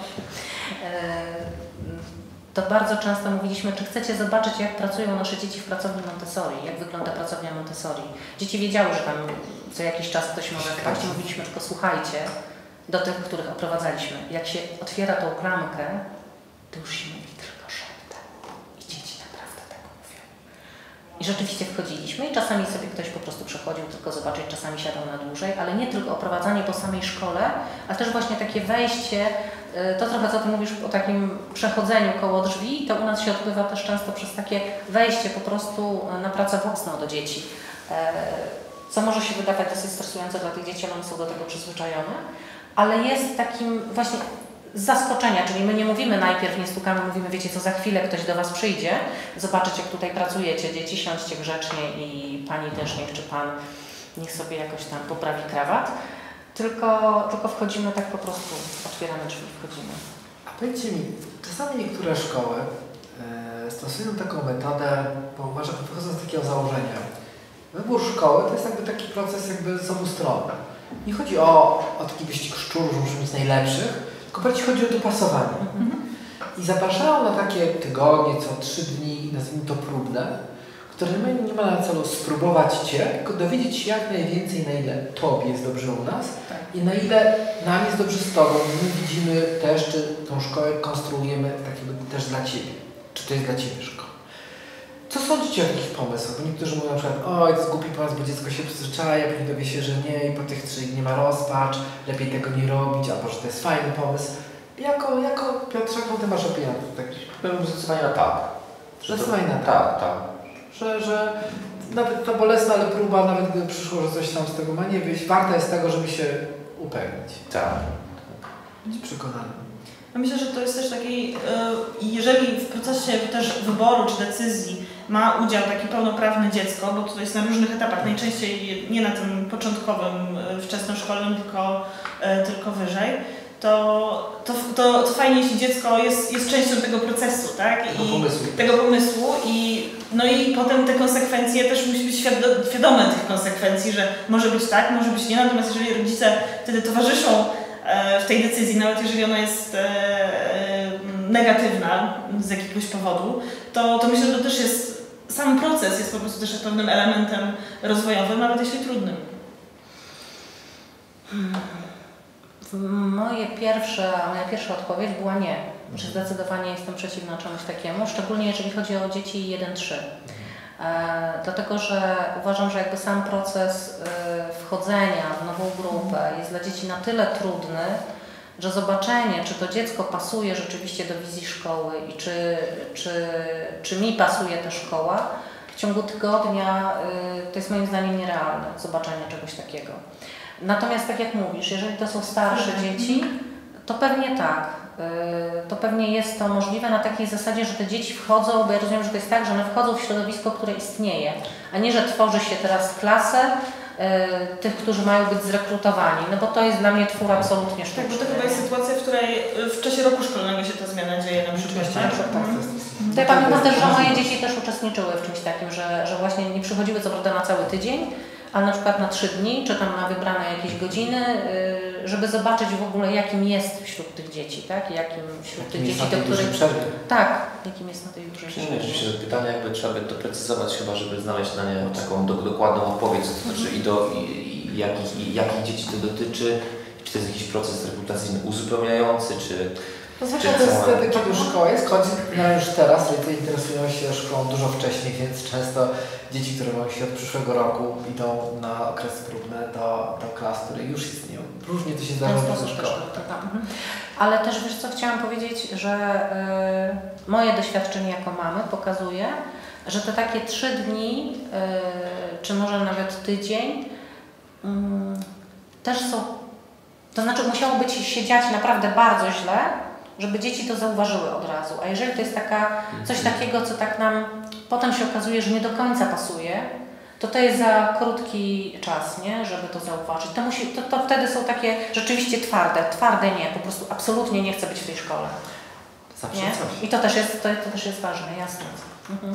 to bardzo często mówiliśmy, czy chcecie zobaczyć, jak pracują nasze dzieci w pracowni Montessori, jak wygląda pracownia Montessori. Dzieci wiedziały, że tam co jakiś czas ktoś może wpaść i mówiliśmy tylko słuchajcie do tych, których oprowadzaliśmy. Jak się otwiera tą klamkę, to już się mówi tylko szeptem. I dzieci naprawdę tak mówią. I rzeczywiście wchodziliśmy i czasami sobie ktoś po prostu przychodził tylko zobaczyć, czasami siadał na dłużej, ale nie tylko oprowadzanie po samej szkole, ale też właśnie takie wejście, to trochę co Ty mówisz o takim przechodzeniu koło drzwi, to u nas się odbywa też często przez takie wejście po prostu na pracę własną do dzieci. Co może się wydawać dosyć stresujące dla tych dzieci, ale one są do tego przyzwyczajone, ale jest takim właśnie z zaskoczenia, czyli my nie mówimy najpierw, nie stukamy, mówimy, wiecie co, za chwilę ktoś do Was przyjdzie, zobaczyć jak tutaj pracujecie, dzieci, siądźcie grzecznie i Pani też niech, czy Pan niech sobie jakoś tam poprawi krawat, tylko, tylko wchodzimy tak po prostu, otwieramy drzwi, wchodzimy. A powiedzcie mi, czasami niektóre szkoły e, stosują taką metodę, bo uważam, wychodzą z takiego założenia. Wybór szkoły to jest jakby taki proces jakby z obu stron. Nie chodzi o, o taki wyścig szczurów, że muszą mieć najlepszych, tylko bardziej chodzi o dopasowanie. Mm-hmm. I zapraszają na takie tygodnie, co trzy dni, nazwijmy to próbne, które nie ma na celu spróbować Cię, tylko dowiedzieć się jak najwięcej, na ile Tobie jest dobrze u nas tak. i na ile nam jest dobrze z Tobą. My widzimy też, czy tą szkołę konstruujemy tak też dla Ciebie. Czy to jest dla Ciebie szkoła. Co sądzicie o takich pomysłach? Bo niektórzy mówią na przykład, oj, to jest głupi pomysł, bo dziecko się przyzwyczaja, później dowie się, że nie i po tych trzech nie ma rozpacz, lepiej tego nie robić, albo że to jest fajny pomysł. Jako, jako Piotr, jaką Ty masz opinię? Tak, Byłem zdecydowanie na tak. Zdecydowanie na tak. Tak, tak. Że, że nawet ta bolesna, ale próba, nawet gdyby przyszło, że coś tam z tego ma nie wyjść, warta jest tego, żeby się upewnić. Tak. Być przekonany. Myślę, że to jest też taki, jeżeli w procesie też wyboru czy decyzji ma udział taki pełnoprawny dziecko, bo to jest na różnych etapach, najczęściej nie na tym początkowym, wczesnoszkolnym, tylko, tylko wyżej, to, to, to, to fajnie, jeśli dziecko jest, jest częścią tego procesu, tak? Tego I pomysłu. Tego pomysłu i, no i potem te konsekwencje też musi być świadome tych konsekwencji, że może być tak, może być nie, natomiast jeżeli rodzice wtedy towarzyszą w tej decyzji, nawet jeżeli ona jest negatywna z jakiegoś powodu, to, to myślę, że to też jest, sam proces jest po prostu też pewnym elementem rozwojowym, nawet jeśli trudnym. Moje pierwsze, moja pierwsza odpowiedź była nie, że zdecydowanie jestem przeciwna czemuś takiemu, szczególnie jeżeli chodzi o dzieci jeden trzy. E, dlatego, że uważam, że jakby sam proces e, wchodzenia w nową grupę jest dla dzieci na tyle trudny, że zobaczenie, czy to dziecko pasuje rzeczywiście do wizji szkoły i czy, czy, czy mi pasuje ta szkoła, w ciągu tygodnia e, to jest moim zdaniem nierealne, zobaczenie czegoś takiego. Natomiast tak jak mówisz, jeżeli to są starsze dzieci, to pewnie tak. To pewnie jest to możliwe na takiej zasadzie, że te dzieci wchodzą, bo ja rozumiem, że to jest tak, że one wchodzą w środowisko, które istnieje, a nie, że tworzy się teraz klasę y, tych, którzy mają być zrekrutowani, no bo to jest dla mnie twór absolutnie sztuczny. Tak, bo to chyba jest sytuacja, w której w czasie roku szkolnego się ta zmiana dzieje na przykład. Tak, tak, tak. To ja pamiętam też, że moje dzieci też uczestniczyły w czymś takim, że, że właśnie nie przychodziły co prawda na cały tydzień, ale na przykład na trzy dni, czy tam na wybrane jakieś godziny, żeby zobaczyć w ogóle jakim jest wśród tych dzieci, tak? Jakim wśród jakim tych jest dzieci, do których przerwie. Tak, jakim jest na tej dużej przerwie. Oczywiście, że pytanie jakby trzeba by doprecyzować chyba, żeby znaleźć na nie taką do, dokładną odpowiedź, to znaczy i, do, i, i, jakich, i jakich dzieci to dotyczy, czy to jest jakiś proces rekrutacyjny uzupełniający, czy... No zwłaszcza to jest wtedy, kiedy szkoła jest, choć no już teraz rodzice interesują się szkołą dużo wcześniej, więc często dzieci, które mają się od przyszłego roku, idą na okres próbny do, do klas, które już istnieją. Różnie to się zdarza w szkołach. Ale też wiesz co, chciałam powiedzieć, że y, moje doświadczenie jako mamy pokazuje, że te takie trzy dni, y, czy może nawet tydzień, y, też są, to znaczy musiało być się dziać naprawdę bardzo źle, żeby dzieci to zauważyły od razu. A jeżeli to jest taka, coś takiego, co tak nam potem się okazuje, że nie do końca pasuje, to to jest za krótki czas, nie? Żeby to zauważyć. To, musi, to, to wtedy są takie rzeczywiście twarde. Twarde nie, po prostu absolutnie nie chcę być w tej szkole. Zawsze nie? coś. I to też jest, to, to też jest ważne, jasne. Mhm.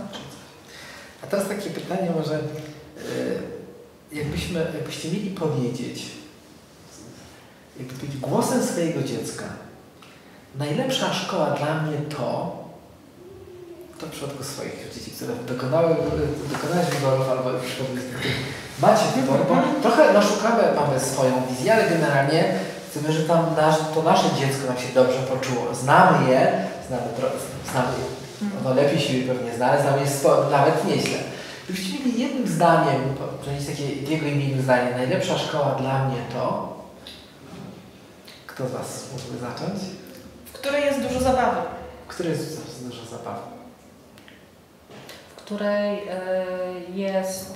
A teraz takie pytanie może, jakbyśmy, jakbyście mieli powiedzieć, jakby być głosem swojego dziecka, najlepsza szkoła dla mnie to, to w przypadku swoich dzieci, które dokonały, dokonałeś wyborów albo macie wybór, bo trochę no, szukamy, mamy swoją wizję, ale generalnie chcemy, że tam nasz, to nasze dziecko nam się dobrze poczuło. Znamy je, znamy, znamy je, ono lepiej się pewnie zna, znamy je spo, nawet nieźle. Gdybyście mieli jednym zdaniem, powiedzieć takie jego imieniu zdanie, najlepsza szkoła dla mnie to... Kto z Was mógłby zacząć? W której jest dużo zabawy. W której jest dużo zabawy? W której y, jest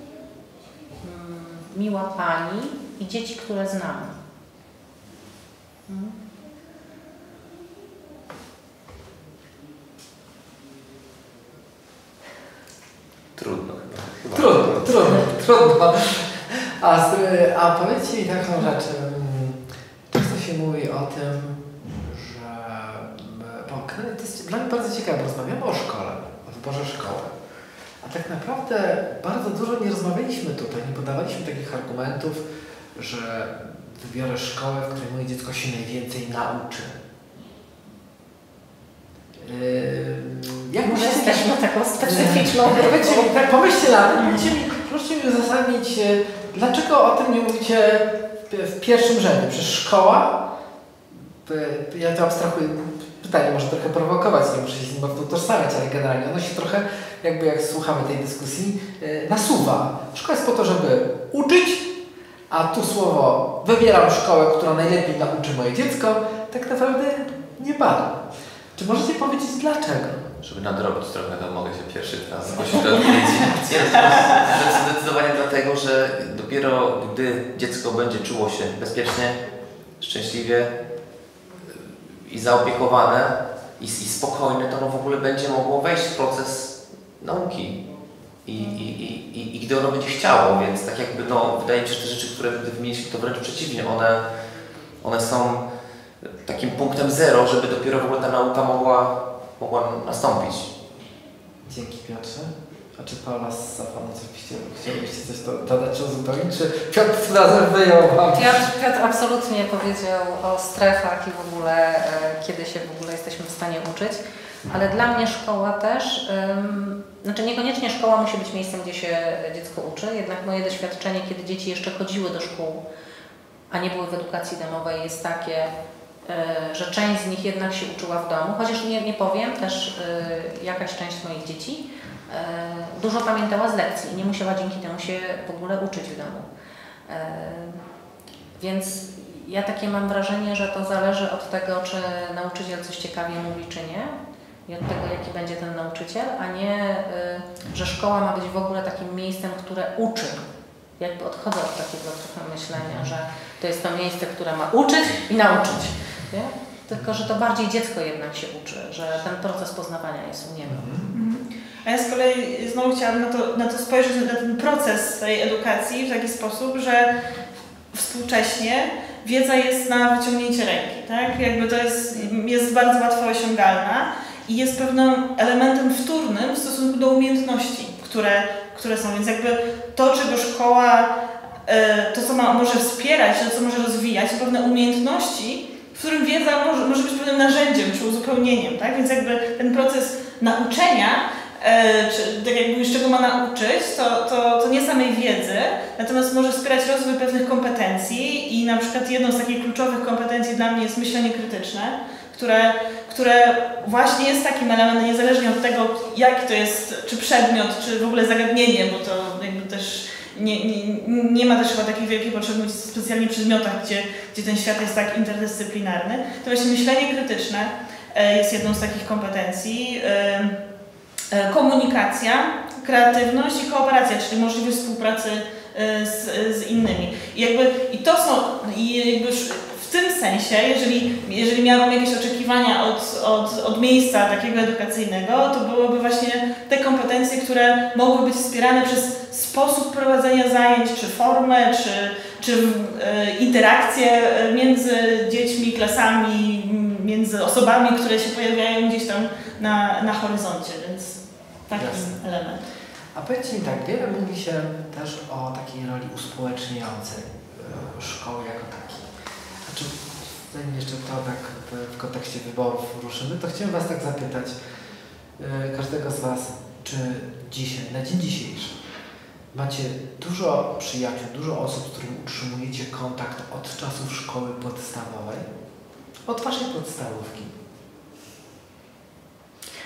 y, miła pani i dzieci, które znamy. Hmm. Trudno chyba. chyba. Trudno, trudno, trudno. A, a powiedzcie mi taką rzecz. Często się mówi o tym, że... Bo to jest dla mnie bardzo ciekawe, bo rozmawiamy o szkole, o wyborze szkoły. A tak naprawdę bardzo dużo nie rozmawialiśmy tutaj, nie podawaliśmy takich argumentów, że wybiorę szkołę, w której moje dziecko się najwięcej nauczy. Yy, jak Może jesteśmy taką specyficzną grupą. Tak, pomyślcie na to, proszę mi uzasadnić, dlaczego o tym nie mówicie w pierwszym rzędzie. Przecież szkoła, ja to abstrahuję, pytanie może trochę prowokować, nie muszę się z nim utożsamiać, ale generalnie ono się trochę, jakby jak słuchamy tej dyskusji, nasuwa. Szkoła jest po to, żeby uczyć, a tu słowo wybieram szkołę, która najlepiej nauczy moje dziecko, tak naprawdę nie pada. Czy możecie powiedzieć dlaczego? Żeby nadrobić trochę, to mogę się pierwszy raz zgłosić do odpowiedzi. Zdecydowanie dlatego, że dopiero gdy dziecko będzie czuło się bezpiecznie, szczęśliwie i zaopiekowane i, i spokojne, to ono w ogóle będzie mogło wejść w proces nauki. I, i, i, i, i gdy ono będzie chciało, więc tak jakby no, wydaje mi się, że te rzeczy, które wymieniliśmy, to wręcz przeciwnie, one, one są takim punktem zero, żeby dopiero w ogóle ta nauka mogła, mogła nastąpić. Dzięki, Piotrze. A czy Paula z Safoną chcielibyście coś dodać czy uzupełnić? Czy Piotr razem wyjął Wam? Piotr, Piotr absolutnie powiedział o strefach i w ogóle, kiedy się w ogóle jesteśmy w stanie uczyć. Ale dla mnie szkoła też, um, znaczy niekoniecznie szkoła musi być miejscem, gdzie się dziecko uczy, jednak moje doświadczenie, kiedy dzieci jeszcze chodziły do szkół, a nie były w edukacji domowej, jest takie, y, że część z nich jednak się uczyła w domu, chociaż nie, nie powiem, też y, jakaś część moich dzieci y, dużo pamiętała z lekcji i nie musiała dzięki temu się w ogóle uczyć w domu. Y, więc ja takie mam wrażenie, że to zależy od tego, czy nauczyciel coś ciekawie mówi, czy nie. I od tego, jaki będzie ten nauczyciel, a nie, y, że szkoła ma być w ogóle takim miejscem, które uczy. Jakby odchodzę od takiego trochę myślenia, że to jest to miejsce, które ma uczyć i nauczyć. Nie? Tylko, że to bardziej dziecko jednak się uczy, że ten proces poznawania jest u niego. Mhm. A ja z kolei znowu chciałam na to, na to spojrzeć, na ten proces tej edukacji w taki sposób, że współcześnie wiedza jest na wyciągnięcie ręki. Tak? Jakby to jest, jest bardzo łatwo osiągalna. I jest pewnym elementem wtórnym w stosunku do umiejętności, które, które są. Więc jakby to, czego szkoła, to co ma, może wspierać, to co może rozwijać, to pewne umiejętności, w którym wiedza może, może być pewnym narzędziem czy uzupełnieniem. Tak? Więc jakby ten proces nauczenia, czy tak jakby z czego ma nauczyć, to, to, to nie samej wiedzy, natomiast może wspierać rozwój pewnych kompetencji i na przykład jedną z takich kluczowych kompetencji dla mnie jest myślenie krytyczne, które, które właśnie jest takim elementem, niezależnie od tego, jaki to jest, czy przedmiot, czy w ogóle zagadnienie, bo to jakby też nie, nie, nie ma też chyba takiej wielkiej potrzeby mówić o specjalnie przedmiotach, gdzie, gdzie ten świat jest tak interdyscyplinarny. To właśnie myślenie krytyczne jest jedną z takich kompetencji. Komunikacja, kreatywność i kooperacja, czyli możliwość współpracy z, z innymi. I, jakby, i to są, i jakby w tym sensie, jeżeli, jeżeli miałabym jakieś oczekiwania od, od, od miejsca takiego edukacyjnego, to byłyby właśnie te kompetencje, które mogły być wspierane przez sposób prowadzenia zajęć, czy formę, czy, czy e, interakcje między dziećmi, klasami, między osobami, które się pojawiają gdzieś tam na, na horyzoncie, więc taki Jasne. element. A powiedzcie mi tak, wiele mówi się też o takiej roli uspołeczniającej szkoły jako takiej. Znaczy, zanim jeszcze to tak w, w kontekście wyborów ruszymy, to chciałem Was tak zapytać, yy, każdego z Was, czy dzisiaj, na dzień dzisiejszy macie dużo przyjaciół, dużo osób, z którymi utrzymujecie kontakt od czasów szkoły podstawowej? Od Waszej podstawówki?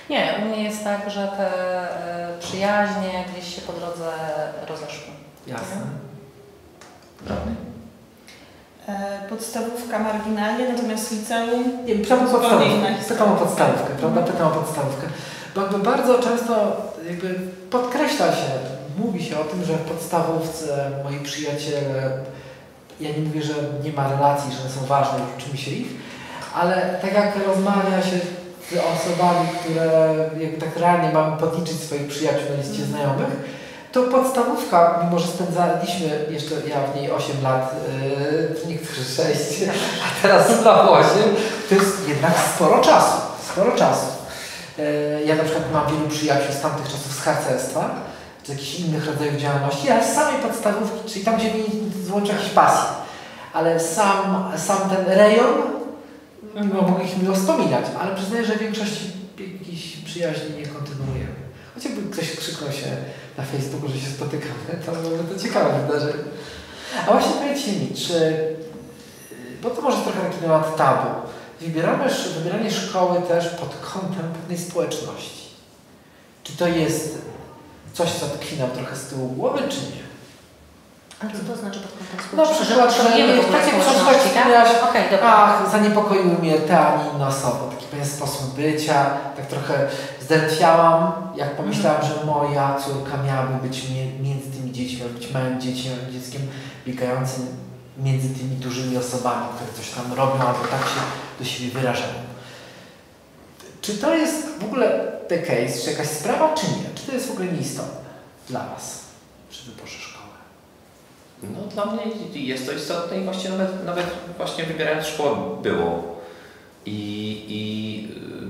Nie, u mnie jest tak, że te przyjaźnie gdzieś się po drodze rozeszły. Jasne. Prawda? Podstawówka marginalnie, natomiast liceum... Nie, pytam o podstawówkę, pytam o podstawówkę, prawda? Pytam o podstawówkę. Bo jakby bardzo często jakby podkreśla się, mówi się o tym, że w podstawówce moi przyjaciele, ja nie mówię, że nie ma relacji, że one są ważne, uczymy się ich, ale tak jak rozmawia się z osobami, które jakby tak realnie mamy podliczyć swoich przyjaciół na liście znajomych, to podstawówka, mimo że spędzaliśmy jeszcze ja w niej osiem lat, yy, niektórzy sześć, a teraz znowu osiem, to jest jednak sporo czasu, sporo czasu. Yy, ja na przykład mam wielu przyjaciół z tamtych czasów z harcerstwa, czy jakichś innych rodzajów działalności, ale z samej podstawówki, czyli tam, gdzie mi złączy jakieś pasje. Ale sam, sam ten rejon, mimo mogę ich miło wspominać, ale przyznaję, że w większości jakichś przyjaźni nie kontynuujemy. Chociażby ktoś krzyknął się na Facebooku, że się spotykamy, to byłoby to ciekawe wydarzenie. A właśnie powiedzcie mi, czy, bo to może trochę taki temat tabu, wybieramy, wybieranie szkoły też pod kątem pewnej społeczności. Czy to jest coś, co tkwi nam trochę z tyłu głowy, czy nie? A co to znaczy pod kątem No społeczności? przykład, że wiemy w ogóle takie coś, społeczności, tak? tak? Okej, dobra. Ach, zaniepokoiły mnie te, a nie inne osoby. Taki pewien sposób bycia, tak trochę zdrętwiałam, jak pomyślałam, że moja córka miałaby być między tymi dziećmi, miała być małym dzieciem, dzieckiem biegającym między tymi dużymi osobami, które coś tam robią albo tak się do siebie wyrażają. Czy to jest w ogóle the case, czy jakaś sprawa, czy nie? Czy to jest w ogóle nieistotne dla Was przy wyborze szkoły? No dla mnie jest to istotne i właśnie nawet, nawet właśnie wybierając szkołę było. I, i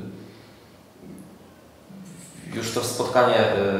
y, już to spotkanie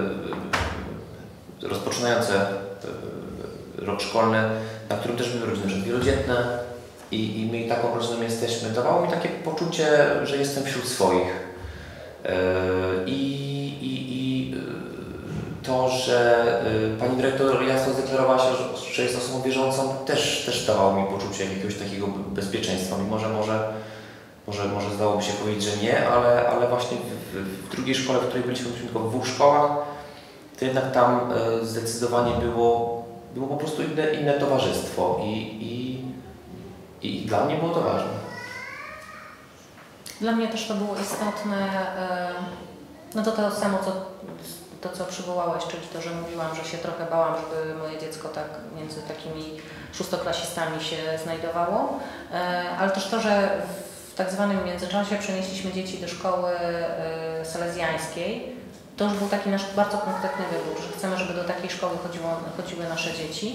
y, rozpoczynające y, rok szkolny, na którym też były rodziny wielodzietne i, i my taką rodziną jesteśmy, dawało mi takie poczucie, że jestem wśród swoich. I y, y, y, to, że y, pani dyrektor jasno zdeklarowała się, że, że jest osobą wierzącą, też, też dawało mi poczucie jakiegoś takiego bezpieczeństwa, mimo że może, może, może zdałoby się powiedzieć, że nie, ale, ale właśnie w, w, w drugiej szkole, w której byliśmy, byliśmy tylko w dwóch szkołach, to jednak tam y, zdecydowanie było, było po prostu inne, inne towarzystwo i, i, i dla mnie było to ważne. Dla mnie też to było istotne, no to to samo, co, to co przywołałeś, czyli to, że mówiłam, że się trochę bałam, żeby moje dziecko tak między takimi szóstoklasistami się znajdowało, ale też to, że w tak zwanym międzyczasie przenieśliśmy dzieci do szkoły salezjańskiej, to już był taki nasz bardzo konkretny wybór, że chcemy, żeby do takiej szkoły chodziło, chodziły nasze dzieci.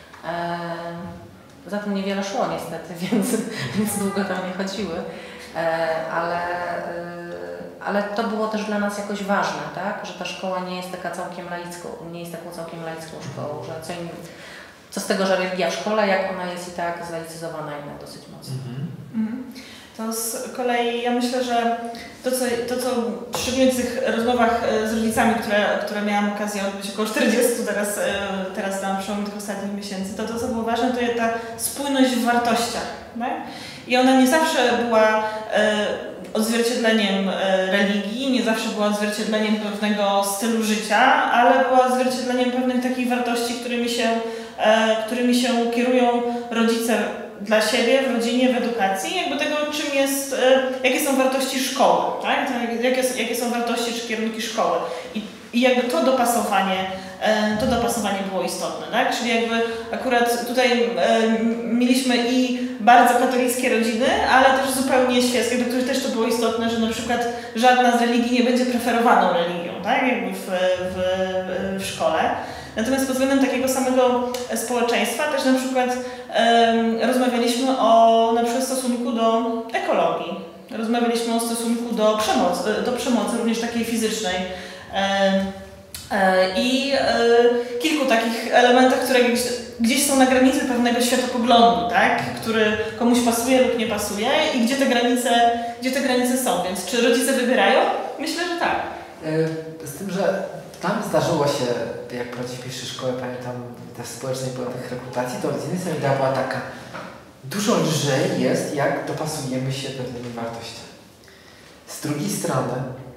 Za tym niewiele szło niestety, więc, więc długo tam nie chodziły. Ale, ale to było też dla nas jakoś ważne, tak? Że ta szkoła nie jest taka całkiem laicką, nie jest taką całkiem laicką szkołą, że co, im, co z tego, że religia w szkole, jak ona jest i tak zlaicyzowana jednak dosyć mocno. Mhm. To z kolei ja myślę, że to co, to, co szczególnie w tych rozmowach z rodzicami, które, które miałam okazję odbyć, około czterdziestu teraz, teraz na przełomie tych ostatnich miesięcy, to to, co było ważne, to jest ta spójność w wartościach. Tak? I ona nie zawsze była e, odzwierciedleniem e, religii, nie zawsze była odzwierciedleniem pewnego stylu życia, ale była odzwierciedleniem pewnych takich wartości, którymi się, e, którymi się kierują rodzice dla siebie, w rodzinie, w edukacji, jakby tego, czym jest, e, jakie są wartości szkoły, tak? jakie, jakie są wartości czy kierunki szkoły. I, i jakby to dopasowanie to dopasowanie było istotne, tak? Czyli jakby akurat tutaj e, mieliśmy i bardzo katolickie rodziny, ale też zupełnie świeckie, do których też to było istotne, że na przykład żadna z religii nie będzie preferowaną religią, tak? Jakby w, w, w szkole. Natomiast pod względem takiego samego społeczeństwa też na przykład e, rozmawialiśmy o na przykład stosunku do ekologii. Rozmawialiśmy o stosunku do przemocy, do przemocy również takiej fizycznej. E, I y, kilku takich elementach, które gdzieś, gdzieś są na granicy pewnego światopoglądu, tak? Który komuś pasuje lub nie pasuje i gdzie te granice, gdzie te granice są. Więc czy rodzice wybierają? Myślę, że tak. Z tym, że tam zdarzyło się, jak prowadzić pierwszej szkoły, pamiętam też społecznej po tych rekrutacji, to z jednej strony idea była taka, dużo lżej jest, jak dopasujemy się pewnymi wartościami. Z drugiej strony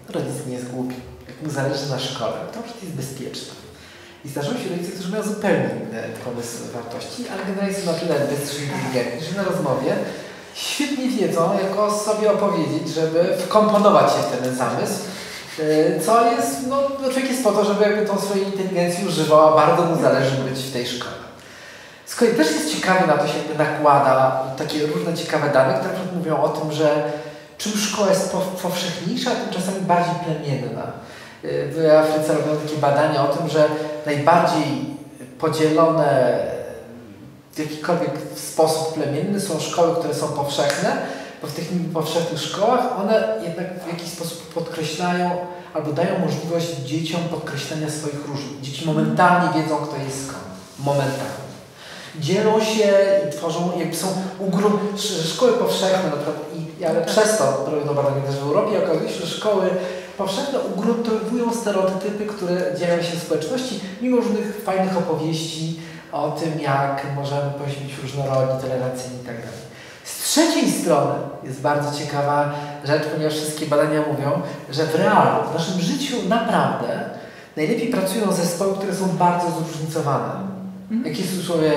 rodzic nie jest głupi. Jak mu zależy na szkole, to przecież jest bezpieczne. I zdarzają się rodzice, którzy mają zupełnie inne pomysły wartości, ale generalnie są na tyle bystrzy i inteligentni, że na rozmowie świetnie wiedzą, jak o sobie opowiedzieć, żeby wkomponować się w ten zamysł, co jest, no człowiek jest po to, żeby jakby tą swojej inteligencji używał, a bardzo mu zależy być w tej szkole. Z kolei też jest ciekawy, na to się jakby nakłada takie różne ciekawe dane, które mówią o tym, że czym szkoła jest powszechniejsza, tym czasami bardziej plemienna. W Afryce robią takie badania o tym, że najbardziej podzielone w jakikolwiek sposób plemienny są szkoły, które są powszechne, bo w tych niby powszechnych szkołach one jednak w jakiś sposób podkreślają albo dają możliwość dzieciom podkreślenia swoich różnic. Dzieci momentalnie wiedzą, kto jest skąd. Momentalnie. Dzielą się i tworzą, jakby są ugru... szkoły powszechne, na przykład, i, ale przez to, robią badania też w Europie, okazuje się, że szkoły powszechne ugruntowują stereotypy, które dzieją się w społeczności, mimo różnych fajnych opowieści o tym, jak możemy być różnorodni, tolerancyjni itd. Z trzeciej strony jest bardzo ciekawa rzecz, ponieważ wszystkie badania mówią, że w realu, w naszym życiu naprawdę najlepiej pracują zespoły, które są bardzo zróżnicowane. Mm. Jak jest usłowie,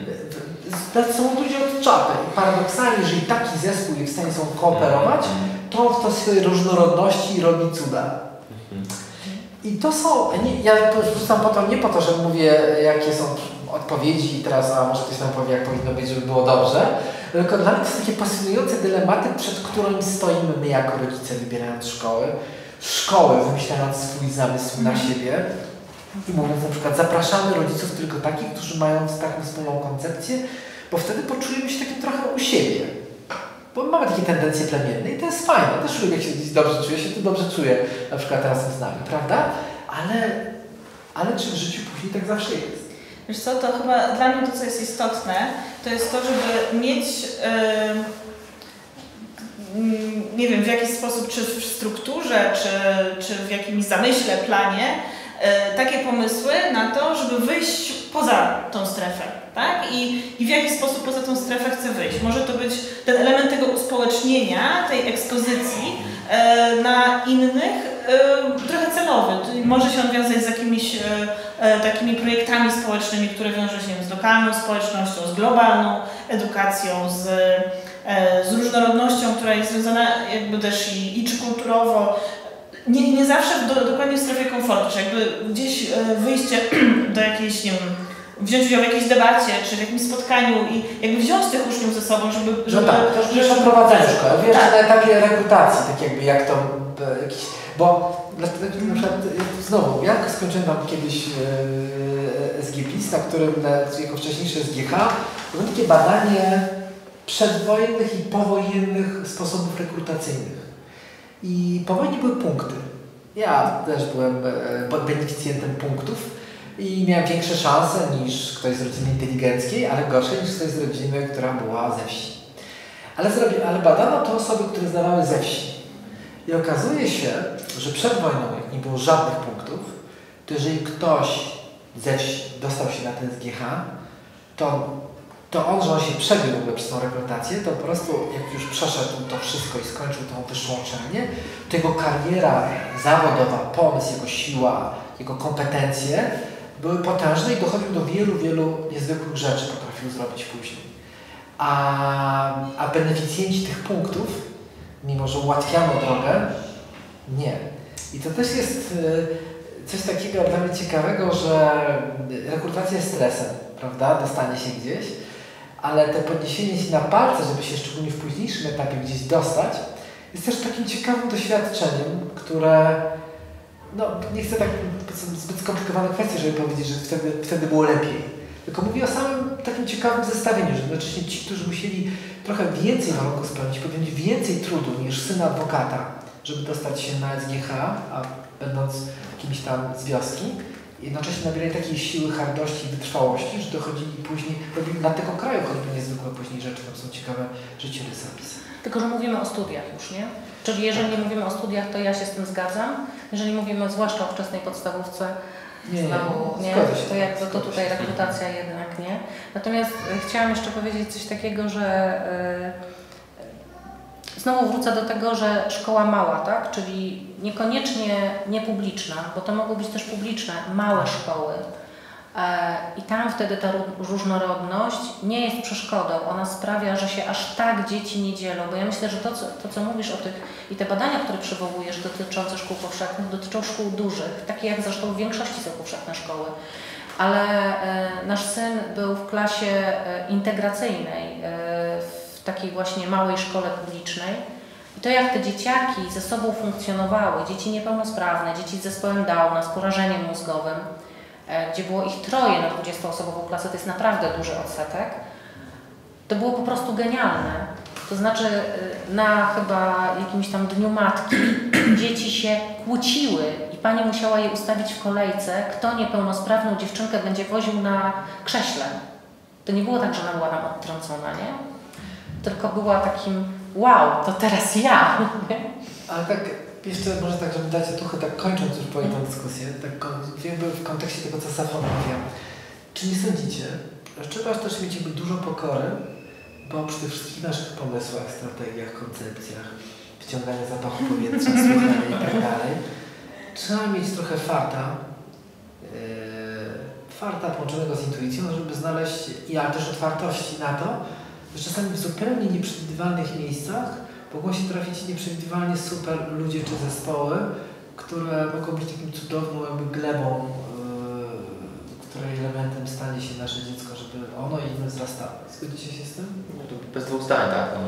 są ludzie od czapy i paradoksalnie, jeżeli taki zespół jest w stanie są kooperować, to w to swojej różnorodności robi cuda. I to są, nie, ja to rzucam po to nie po to, że mówię, jakie są odpowiedzi i teraz, a może ktoś nam powie, jak powinno być, żeby było dobrze, tylko dla mnie to są takie pasjonujące dylematy, przed którymi stoimy my jako rodzice, wybierając szkoły, szkoły, wymyślając swój zamysł na siebie i mówiąc na przykład, zapraszamy rodziców tylko takich, którzy mają taką wspólną koncepcję, bo wtedy poczujemy się takim trochę u siebie. Bo mamy takie tendencje plemienne i to jest fajne. Też lubię, jak się dobrze czuje, się tu dobrze czuję, na przykład teraz z nami, prawda? Ale, ale czy w życiu później tak zawsze jest? Wiesz co, to chyba dla mnie to, co jest istotne, to jest to, żeby mieć, yy, nie wiem, w jakiś sposób, czy w strukturze, czy, czy w jakimś zamyśle, planie, yy, takie pomysły na to, żeby wyjść poza tą strefę. Tak? I, I w jaki sposób poza tą strefę chcę wyjść. Może to być ten element tego uspołecznienia, tej ekspozycji e, na innych, e, trochę celowy. Może się on wiązać z jakimiś e, e, takimi projektami społecznymi, które wiążą się z lokalną społecznością, z globalną edukacją, z, e, z różnorodnością, która jest związana jakby też i, i czy kulturowo. Nie, nie zawsze do, dokładnie w strefie komfortu, czy jakby gdzieś e, wyjście do jakiejś, nie wiem, wziąć udział w jakiejś debacie, czy w jakimś spotkaniu i jakby wziąć tych uczniów ze sobą, żeby... żeby no tak, to już o prowadzeniu szkoły. Wiesz, tak. Na etapie rekrutacji, tak jakby jak to... Jakiś, bo na przykład, znowu, jak skończyłem tam kiedyś e, S G P I S, na którym na, jako wcześniejsze S G H, było takie badanie przedwojennych i powojennych sposobów rekrutacyjnych. I po wojnie były punkty. Ja też byłem e, beneficjentem punktów. I miałem większe szanse niż ktoś z rodziny inteligenckiej, ale gorsze niż ktoś z rodziny, która była ze wsi. Ale, zrobi, ale badano to osoby, które zdawały ze wsi. I okazuje się, że przed wojną, jak nie było żadnych punktów, to jeżeli ktoś ze wsi dostał się na ten S G H, to, to on, że on się przebił w ogóle przez tą rekrutację, to po prostu jak już przeszedł to wszystko i skończył tą wyższą uczelnię, to jego kariera zawodowa, pomysł, jego siła, jego kompetencje były potężne i dochodził do wielu, wielu niezwykłych rzeczy, potrafił zrobić później. A, a beneficjenci tych punktów, mimo że ułatwiano drogę, nie. I to też jest coś takiego dla mnie ciekawego, że rekrutacja jest stresem, prawda? Dostanie się gdzieś, ale te podniesienie się na palce, żeby się szczególnie w późniejszym etapie gdzieś dostać, jest też takim ciekawym doświadczeniem, które no, nie chcę tak zbyt skomplikowane kwestie, żeby powiedzieć, że wtedy, wtedy było lepiej. Tylko mówię o samym takim ciekawym zestawieniu, że jednocześnie ci, którzy musieli trochę więcej warunków spełnić, podjąć więcej trudu niż syn adwokata, żeby dostać się na S G H, a będąc kimś tam z wioski, jednocześnie nabierali takiej siły, hardości i wytrwałości, że dochodzili później, robili dla tego kraju choćby niezwykłe później rzeczy, tam są ciekawe życiorysy opisane. Tylko że mówimy o studiach już, nie? Czyli jeżeli nie mówimy o studiach, to ja się z tym zgadzam. Jeżeli mówimy zwłaszcza o wczesnej podstawówce, nie, znowu, nie, nie, to jakby to tutaj rekrutacja jednak nie. Natomiast chciałam jeszcze powiedzieć coś takiego, że Znowu wrócę do tego, że szkoła mała, tak? Czyli niekoniecznie niepubliczna, bo to mogą być też publiczne, małe szkoły. I tam wtedy ta różnorodność nie jest przeszkodą, ona sprawia, że się aż tak dzieci nie dzielą, bo ja myślę, że to co, to, co mówisz o tych i te badania, które przywołujesz dotyczące szkół powszechnych, dotyczą szkół dużych, takie jak zresztą w większości są powszechne szkoły, ale e, nasz syn był w klasie e, integracyjnej, e, w takiej właśnie małej szkole publicznej i to jak te dzieciaki ze sobą funkcjonowały, dzieci niepełnosprawne, dzieci z zespołem Downa, z porażeniem mózgowym, gdzie było ich troje na dwudziestoosobową klasę, to jest naprawdę duży odsetek, to było po prostu genialne. To znaczy na chyba jakimś tam Dniu Matki dzieci się kłóciły i pani musiała je ustawić w kolejce, kto niepełnosprawną dziewczynkę będzie woził na krześle. To nie było tak, że ona była nam odtrącona, nie? Tylko była takim wow, to teraz ja. Ale tak jeszcze może tak, żeby dać otuchy, tak kończąc już powiem tę dyskusję, tak jakby w kontekście tego, co Safon mówiła. Czy nie sądzicie, że trzeba też mieć jakby dużo pokory, bo przy tych wszystkich naszych pomysłach, strategiach, koncepcjach, wciągania zapachu powietrza, słuchania i tak dalej, trzeba mieć trochę farta, yy, farta połączonego z intuicją, żeby znaleźć, i ale też otwartości na to, że czasami w zupełnie nieprzewidywalnych miejscach mogą się trafić nieprzewidywalnie super ludzie czy zespoły, które mogą być takim cudowną jakby glebą, yy, której elementem stanie się nasze dziecko, żeby ono i my wzrastały. Zgodzicie się z tym? No to bez dwóch zdań, tak. No,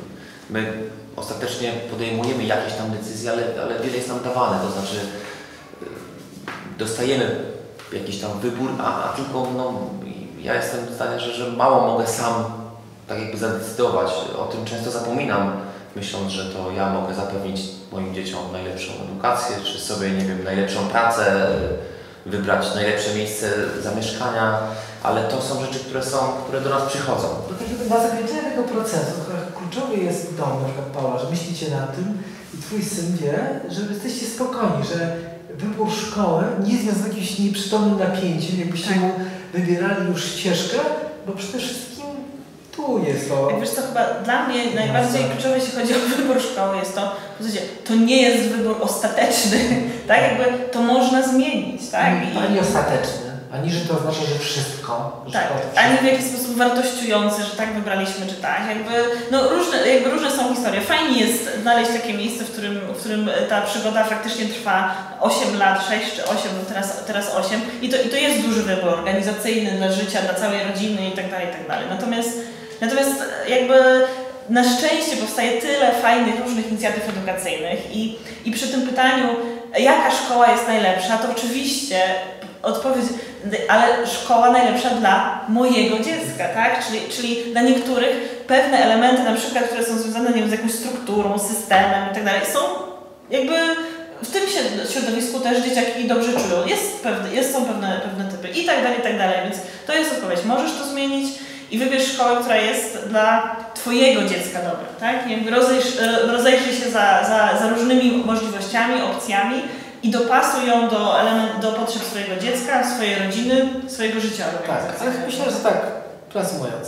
my ostatecznie podejmujemy jakieś tam decyzje, ale, ale wiele jest nam dawane, to znaczy yy, dostajemy jakiś tam wybór, a, a tylko no, ja jestem zdania, że, że mało mogę sam tak jakby zadecydować. O tym często zapominam, myśląc, że to ja mogę zapewnić moim dzieciom najlepszą edukację, czy sobie, nie wiem, najlepszą pracę, wybrać najlepsze miejsce zamieszkania, ale to są rzeczy, które są, które do nas przychodzą. No tak jakby na zakończenie tego procesu kluczowy jest dom, na przykład Paula, że myślicie nad tym i twój syn wie, że jesteście spokojni, że wybór szkoły nie jest związany z jakimś nieprzytomnym napięciem, jakbyście tak. mu wybierali już ścieżkę, bo przede wszystkim tu jest to. Jak wiesz co, chyba dla mnie najbardziej kluczowe, jeśli chodzi o wybór szkoły, jest to, w zasadzie, to nie jest wybór ostateczny, tak? Jakby to można zmienić, tak? I, ani ostateczny, ani że to oznacza, że wszystko. Że tak, to wszystko. ani w jakiś sposób wartościujący, że tak wybraliśmy, czy tak. Jakby, no różne, jakby różne są historie. Fajnie jest znaleźć takie miejsce, w którym, w którym ta przygoda faktycznie trwa osiem lat, sześć czy osiem, no teraz, teraz osiem. I to, I to jest duży wybór organizacyjny dla życia, dla całej rodziny i tak dalej, i tak dalej. Natomiast Natomiast jakby na szczęście powstaje tyle fajnych, różnych inicjatyw edukacyjnych i, i przy tym pytaniu, jaka szkoła jest najlepsza, to oczywiście odpowiedź, ale szkoła najlepsza dla mojego dziecka, tak? Czyli, czyli dla niektórych pewne elementy, na przykład, które są związane, nie wiem, z jakąś strukturą, systemem i tak dalej, są jakby w tym środowisku też dzieciaki dobrze czują. Jest pewne, jest, są pewne, pewne typy i tak dalej, i tak dalej, więc to jest odpowiedź. Możesz to zmienić i wybierz szkołę, która jest dla Twojego dziecka dobra, tak? Jakby rozejrz, rozejrzyj się za, za, za różnymi możliwościami, opcjami i dopasuj ją do, element, do potrzeb swojego dziecka, swojej rodziny, swojego życia. Tak, ale myślę, że tak, reasumując,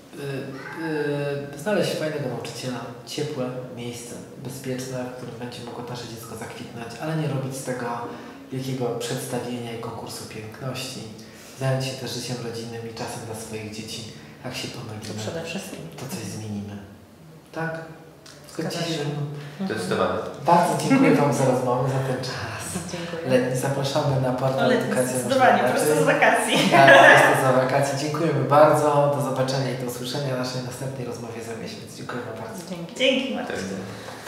yy, yy, znaleźć fajnego nauczyciela, ciepłe miejsce, bezpieczne, w którym będzie mogło nasze dziecko zakwitnąć, ale nie robić z tego wielkiego przedstawienia i konkursu piękności. Zająć się też życiem rodzinnym i czasem dla swoich dzieci. Jak się pomylimy, to przede wszystkim. To coś zmienimy. Tak? Zgodzicie się? Zdecydowanie. Bardzo dziękuję Wam za rozmowę, za ten czas. Dziękuję. Letni. Zapraszamy na portal Edukacja. Zdecydowanie, prosto z wakacji. Tak, prosto z wakacji. Dziękujemy bardzo. Do zobaczenia i do usłyszenia w naszej następnej rozmowie za miesiąc. Dziękuję Wam bardzo. Dzięki. Dzięki, Marta.